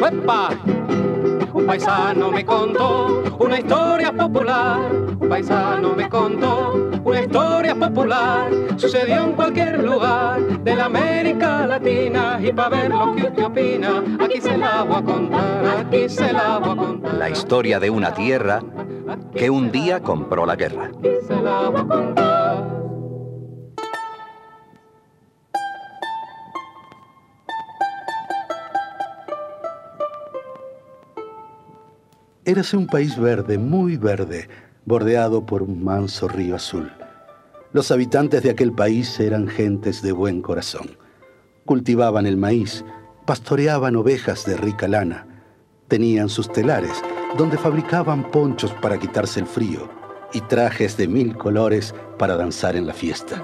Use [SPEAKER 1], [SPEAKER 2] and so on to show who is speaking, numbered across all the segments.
[SPEAKER 1] ¡Epa! Un paisano me contó una historia popular. Un paisano me contó una historia popular. Sucedió en cualquier lugar de la América Latina. Y para ver lo que usted opina, aquí se la voy a contar, aquí se la voy a contar.
[SPEAKER 2] La historia de una tierra que un día compró la guerra.
[SPEAKER 1] Aquí se la voy a contar.
[SPEAKER 3] Érase un país verde, muy verde, bordeado por un manso río azul. Los habitantes de aquel país eran gentes de buen corazón. Cultivaban el maíz, pastoreaban ovejas de rica lana, tenían sus telares, donde fabricaban ponchos para quitarse el frío y trajes de 1000 colores para danzar en la fiesta.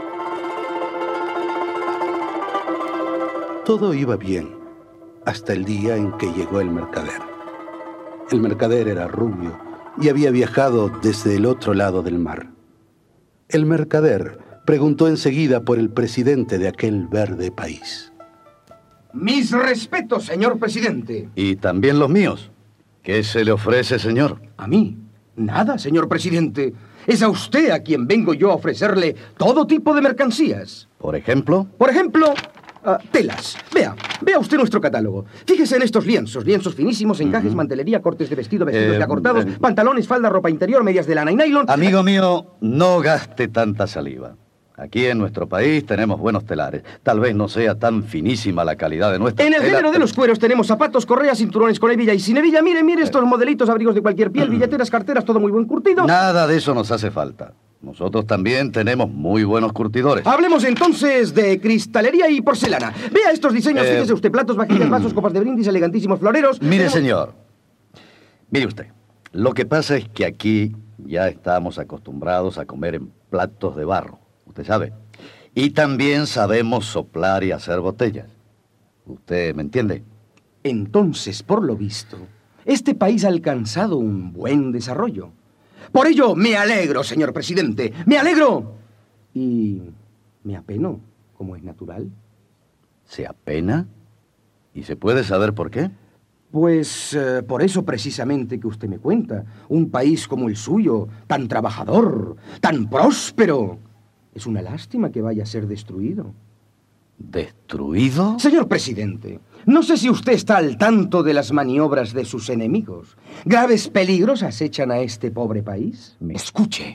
[SPEAKER 3] Todo iba bien, hasta el día en que llegó el mercader. El mercader era rubio y había viajado desde el otro lado del mar. El mercader preguntó enseguida por el presidente de aquel verde país.
[SPEAKER 4] Mis respetos, señor presidente.
[SPEAKER 5] Y también los míos. ¿Qué se le ofrece, señor?
[SPEAKER 4] ¿A mí? Nada, señor presidente. Es a usted a quien vengo yo a ofrecerle todo tipo de mercancías.
[SPEAKER 5] ¿Por ejemplo?
[SPEAKER 4] Por ejemplo, telas. Vea usted nuestro catálogo. Fíjese en estos lienzos finísimos, encajes, mantelería, cortes de vestidos ya cortados, pantalones, falda, ropa interior, medias de lana y nylon.
[SPEAKER 5] Amigo mío, no gaste tanta saliva. Aquí en nuestro país tenemos buenos telares. Tal vez no sea tan finísima la calidad de nuestra
[SPEAKER 4] En el
[SPEAKER 5] tela,
[SPEAKER 4] género de los cueros tenemos zapatos, correas, cinturones con hebilla y sin hebilla. Mire estos modelitos, abrigos de cualquier piel, billeteras, carteras, todo muy buen curtido.
[SPEAKER 5] Nada de eso nos hace falta. Nosotros también tenemos muy buenos curtidores.
[SPEAKER 4] Hablemos entonces de cristalería y porcelana. Vea estos diseños, fíjese usted, platos, vajillas, vasos, copas de brindis, elegantísimos floreros.
[SPEAKER 5] Mire, señor. Mire usted. Lo que pasa es que aquí ya estamos acostumbrados a comer en platos de barro. Usted sabe. Y también sabemos soplar y hacer botellas. ¿Usted me entiende?
[SPEAKER 4] Entonces, por lo visto, este país ha alcanzado un buen desarrollo. Por ello, me alegro, señor presidente. ¡Me alegro! Y me apeno, como es natural.
[SPEAKER 5] ¿Se apena? ¿Y se puede saber por qué?
[SPEAKER 4] Pues por eso precisamente que usted me cuenta. Un país como el suyo, tan trabajador, tan próspero. Es una lástima que vaya a ser destruido.
[SPEAKER 5] ¿Destruido?
[SPEAKER 4] Señor presidente, no sé si usted está al tanto de las maniobras de sus enemigos. ¿Graves peligros acechan a este pobre país? Escuche.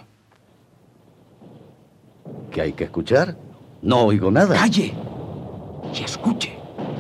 [SPEAKER 5] ¿Qué hay que escuchar? No oigo nada.
[SPEAKER 4] ¡Calle! Y escuche.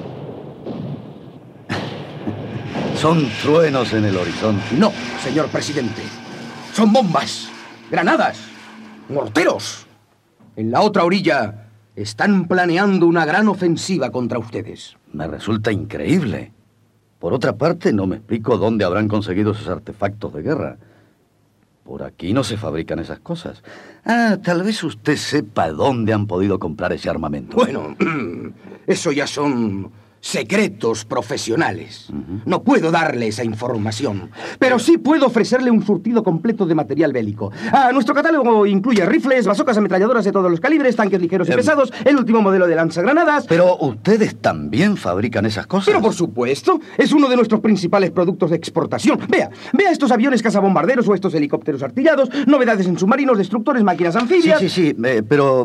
[SPEAKER 5] Son truenos en el horizonte.
[SPEAKER 4] No, señor presidente. Son bombas, granadas, morteros. En la otra orilla están planeando una gran ofensiva contra ustedes.
[SPEAKER 5] Me resulta increíble. Por otra parte, no me explico dónde habrán conseguido esos artefactos de guerra. Por aquí no se fabrican esas cosas. Tal vez usted sepa dónde han podido comprar ese armamento.
[SPEAKER 4] Bueno, eso ya son secretos profesionales. No puedo darle esa información, pero sí puedo ofrecerle un surtido completo de material bélico. Nuestro catálogo incluye rifles, bazocas, ametralladoras de todos los calibres, tanques ligeros y pesados, el último modelo de lanzagranadas.
[SPEAKER 5] Pero ustedes también fabrican esas cosas.
[SPEAKER 4] Pero por supuesto, es uno de nuestros principales productos de exportación. Vea estos aviones cazabombarderos o estos helicópteros artillados, novedades en submarinos, destructores, máquinas anfibias.
[SPEAKER 5] Sí, pero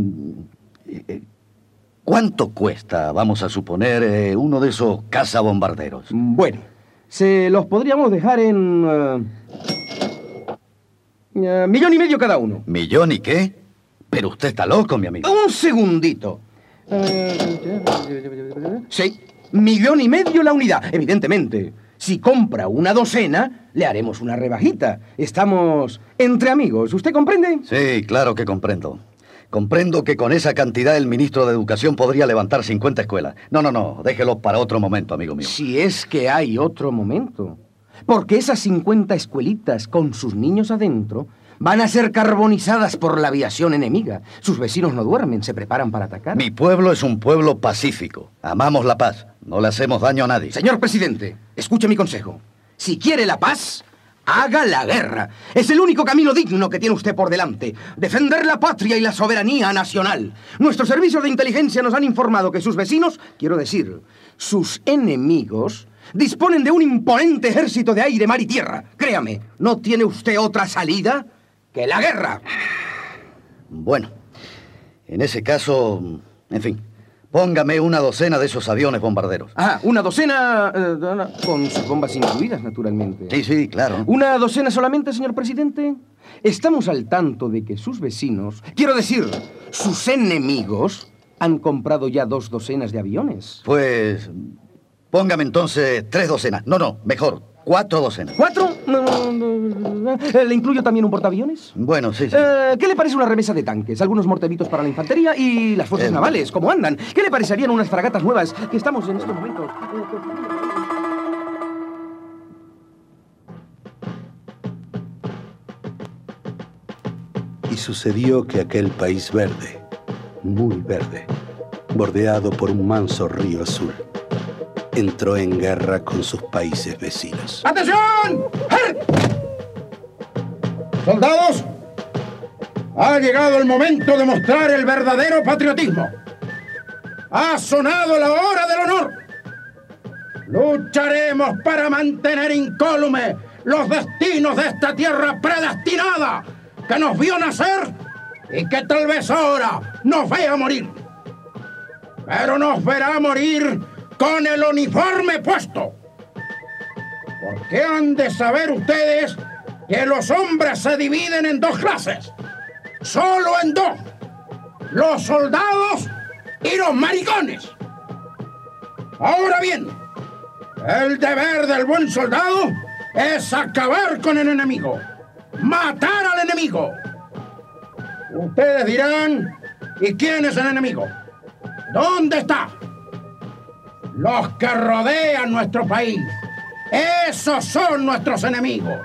[SPEAKER 5] ¿cuánto cuesta, vamos a suponer, uno de esos cazabombarderos?
[SPEAKER 4] Bueno, se los podríamos dejar en... 1,5 millones cada uno.
[SPEAKER 5] ¿Millón y qué? Pero usted está loco, mi amigo.
[SPEAKER 4] Un segundito. Sí, 1,5 millones la unidad, evidentemente. Si compra una docena, le haremos una rebajita. Estamos entre amigos, ¿usted comprende?
[SPEAKER 5] Sí, claro que comprendo. Comprendo que con esa cantidad el ministro de Educación podría levantar 50 escuelas. No, déjelo para otro momento, amigo mío.
[SPEAKER 4] Si es que hay otro momento. Porque esas 50 escuelitas con sus niños adentro van a ser carbonizadas por la aviación enemiga. Sus vecinos no duermen, se preparan para atacar.
[SPEAKER 5] Mi pueblo es un pueblo pacífico. Amamos la paz. No le hacemos daño a nadie.
[SPEAKER 4] Señor presidente, escuche mi consejo. Si quiere la paz, haga la guerra. Es el único camino digno que tiene usted por delante. Defender la patria y la soberanía nacional. Nuestros servicios de inteligencia nos han informado que sus vecinos, quiero decir, sus enemigos, Disponen de un imponente ejército de aire, mar y tierra. Créame, no tiene usted otra salida que la guerra.
[SPEAKER 5] Bueno, en ese caso, en fin, póngame una docena de esos aviones bombarderos.
[SPEAKER 4] Ah, una docena con sus bombas incluidas, naturalmente.
[SPEAKER 5] Sí, claro.
[SPEAKER 4] ¿Una docena solamente, señor presidente? Estamos al tanto de que sus vecinos, quiero decir, sus enemigos, han comprado ya 2 docenas de aviones.
[SPEAKER 5] Pues póngame entonces 3 docenas. No, mejor, 4 docenas.
[SPEAKER 4] ¿4? ¿Le incluyo también un portaaviones?
[SPEAKER 5] Bueno, sí.
[SPEAKER 4] ¿Qué le parece una remesa de tanques? Algunos morteritos para la infantería y las fuerzas navales, ¿cómo andan? ¿Qué le parecerían unas fragatas nuevas que estamos en estos momentos?
[SPEAKER 3] Y sucedió que aquel país verde, muy verde, bordeado por un manso río azul, entró en guerra con sus países vecinos.
[SPEAKER 6] ¡Atención! ¡Soldados! Ha llegado el momento de mostrar el verdadero patriotismo. Ha sonado la hora del honor. Lucharemos para mantener incólume los destinos de esta tierra predestinada que nos vio nacer y que tal vez ahora nos vea morir. Pero nos verá morir con el uniforme puesto. Porque han de saber ustedes que los hombres se dividen en 2 clases. Solo en 2. Los soldados y los maricones. Ahora bien, el deber del buen soldado es acabar con el enemigo. Matar al enemigo. Ustedes dirán, ¿y quién es el enemigo? ¿Dónde está? Los que rodean nuestro país. Esos son nuestros enemigos.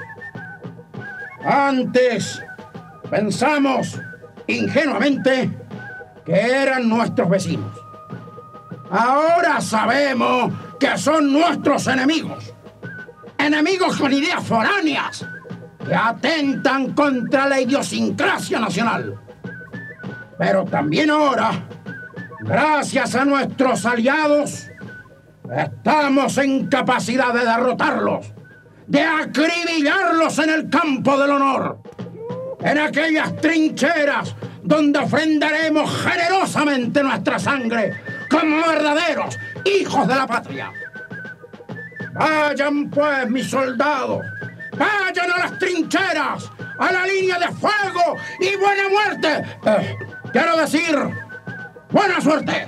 [SPEAKER 6] Antes pensamos ingenuamente que eran nuestros vecinos. Ahora sabemos que son nuestros enemigos. Enemigos con ideas foráneas que atentan contra la idiosincrasia nacional. Pero también ahora, gracias a nuestros aliados, estamos en capacidad de derrotarlos, de acribillarlos en el campo del honor, en aquellas trincheras donde ofrendaremos generosamente nuestra sangre como verdaderos hijos de la patria. Vayan pues, mis soldados, vayan a las trincheras, a la línea de fuego y buena muerte. Quiero decir, buena suerte.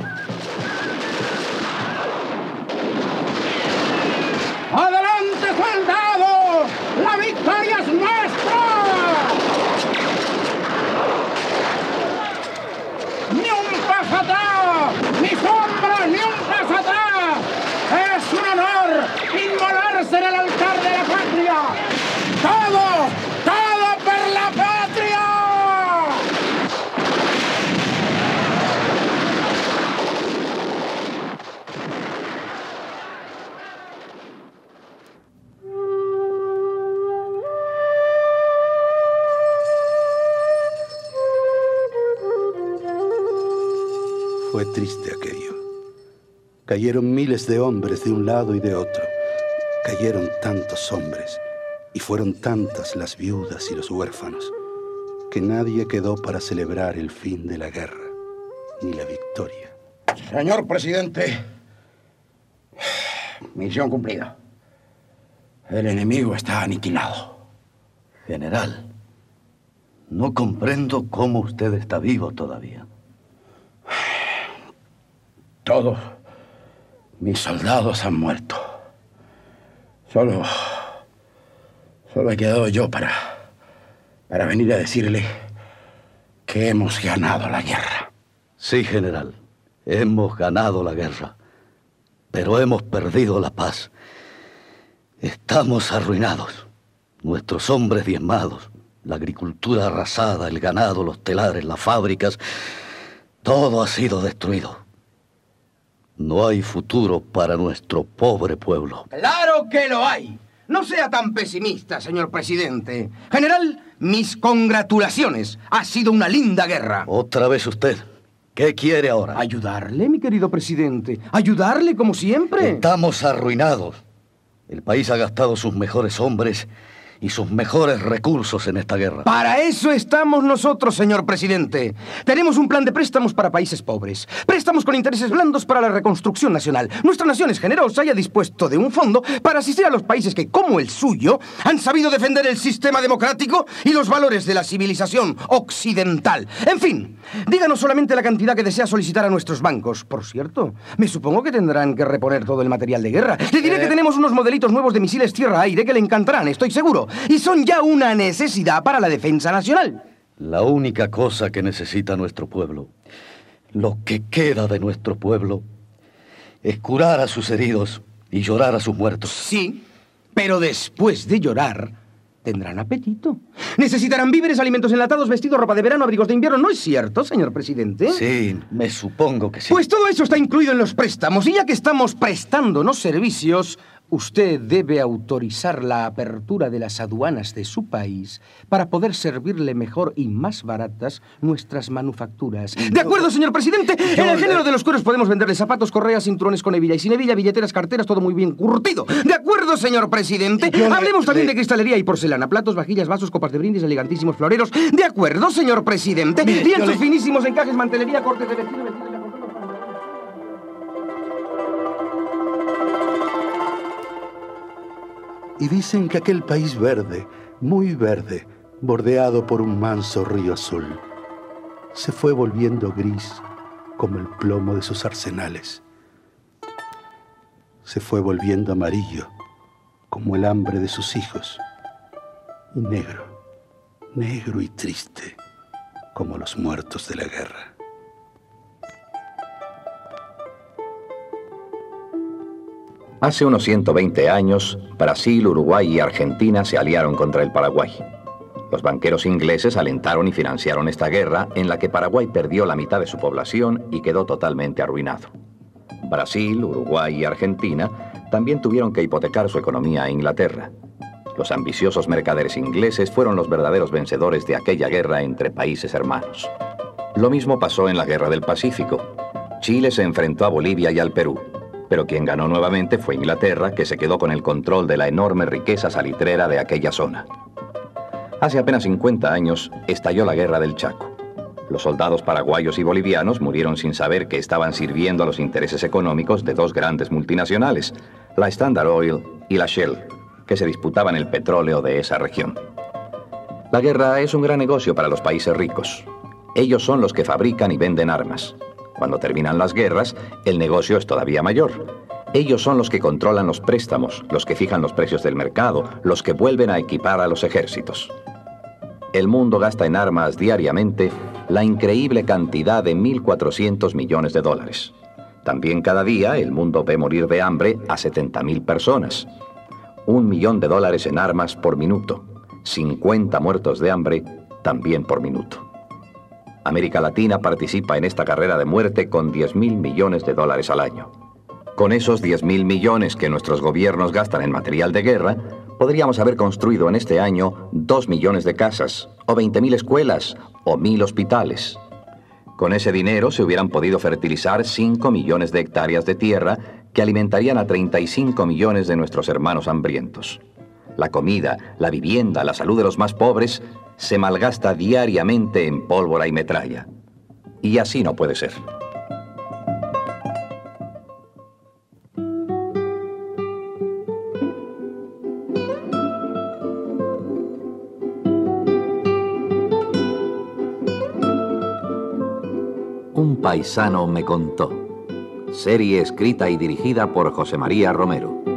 [SPEAKER 6] ¡Adelante, soldados! ¡La victoria es nuestra! ¡Ni un paso atrás! ¡Mi sombra, ni un paso atrás! ¡Es un honor inmolarse en el altar de la patria! ¡Todo por la patria!
[SPEAKER 3] Fue triste aquello. Cayeron miles de hombres de un lado y de otro. Cayeron tantos hombres y fueron tantas las viudas y los huérfanos que nadie quedó para celebrar el fin de la guerra ni la victoria.
[SPEAKER 6] Señor presidente, misión cumplida. El enemigo está aniquilado.
[SPEAKER 5] General, no comprendo cómo usted está vivo todavía.
[SPEAKER 6] Todos mis soldados han muerto. Solo he quedado yo para venir a decirle que hemos ganado la guerra.
[SPEAKER 5] Sí, general, hemos ganado la guerra, pero hemos perdido la paz. Estamos arruinados, nuestros hombres diezmados, la agricultura arrasada, el ganado, los telares, las fábricas, todo ha sido destruido. No hay futuro para nuestro pobre pueblo.
[SPEAKER 4] ¡Claro que lo hay! No sea tan pesimista, señor presidente. General, mis congratulaciones. Ha sido una linda guerra.
[SPEAKER 5] Otra vez usted. ¿Qué quiere ahora?
[SPEAKER 4] ¿Ayudarle, mi querido presidente? ¿Ayudarle como siempre?
[SPEAKER 5] Estamos arruinados. El país ha gastado sus mejores hombres y sus mejores recursos en esta guerra.
[SPEAKER 4] Para eso estamos nosotros, señor presidente. Tenemos un plan de préstamos para países pobres. Préstamos con intereses blandos para la reconstrucción nacional. Nuestra nación es generosa y ha dispuesto de un fondo para asistir a los países que, como el suyo, han sabido defender el sistema democrático y los valores de la civilización occidental. En fin, díganos solamente la cantidad que desea solicitar a nuestros bancos. Por cierto, me supongo que tendrán que reponer todo el material de guerra. Le diré que tenemos unos modelitos nuevos de misiles tierra-aire que le encantarán, estoy seguro. Y son ya una necesidad para la defensa nacional.
[SPEAKER 5] La única cosa que necesita nuestro pueblo, lo que queda de nuestro pueblo, es curar a sus heridos y llorar a sus muertos.
[SPEAKER 4] Sí, pero después de llorar, tendrán apetito. Necesitarán víveres, alimentos enlatados, vestidos, ropa de verano, abrigos de invierno. ¿No es cierto, señor presidente?
[SPEAKER 5] Sí, me supongo que sí.
[SPEAKER 4] Pues todo eso está incluido en los préstamos. Y ya que estamos prestándonos servicios, usted debe autorizar la apertura de las aduanas de su país para poder servirle mejor y más baratas nuestras manufacturas. ¿De acuerdo, señor presidente? En el género de los cueros podemos venderle zapatos, correas, cinturones con hebilla y sin hebilla, billeteras, carteras, todo muy bien curtido. ¿De acuerdo, señor presidente? Hablemos también de cristalería y porcelana, platos, vajillas, vasos, copas de brindis, elegantísimos floreros. ¿De acuerdo, señor presidente? Lienzos finísimos, encajes, mantelería, cortes de vestido,
[SPEAKER 3] Y dicen que aquel país verde, muy verde, bordeado por un manso río azul, se fue volviendo gris como el plomo de sus arsenales. Se fue volviendo amarillo como el hambre de sus hijos. Y negro, negro y triste como los muertos de la guerra.
[SPEAKER 7] Hace unos 120 años, Brasil, Uruguay y Argentina se aliaron contra el Paraguay. Los banqueros ingleses alentaron y financiaron esta guerra en la que Paraguay perdió la mitad de su población y quedó totalmente arruinado. Brasil, Uruguay y Argentina también tuvieron que hipotecar su economía a Inglaterra. Los ambiciosos mercaderes ingleses fueron los verdaderos vencedores de aquella guerra entre países hermanos. Lo mismo pasó en la Guerra del Pacífico. Chile se enfrentó a Bolivia y al Perú. Pero quien ganó nuevamente fue Inglaterra, que se quedó con el control de la enorme riqueza salitrera de aquella zona. Hace apenas 50 años estalló la Guerra del Chaco. Los soldados paraguayos y bolivianos murieron sin saber que estaban sirviendo a los intereses económicos de dos grandes multinacionales, la Standard Oil y la Shell, que se disputaban el petróleo de esa región. La guerra es un gran negocio para los países ricos. Ellos son los que fabrican y venden armas. Cuando terminan las guerras, el negocio es todavía mayor. Ellos son los que controlan los préstamos, los que fijan los precios del mercado, los que vuelven a equipar a los ejércitos. El mundo gasta en armas diariamente la increíble cantidad de 1.400 millones de dólares. También cada día el mundo ve morir de hambre a 70.000 personas. $1 millón en armas por minuto. 50 muertos de hambre también por minuto. América Latina participa en esta carrera de muerte con $10.000 millones al año. Con esos 10.000 millones que nuestros gobiernos gastan en material de guerra, podríamos haber construido en este año 2 millones de casas, o 20.000 escuelas, o 1.000 hospitales. Con ese dinero se hubieran podido fertilizar 5 millones de hectáreas de tierra que alimentarían a 35 millones de nuestros hermanos hambrientos. La comida, la vivienda, la salud de los más pobres se malgasta diariamente en pólvora y metralla. Y así no puede ser. Un paisano me contó. Serie escrita y dirigida por José María Romero.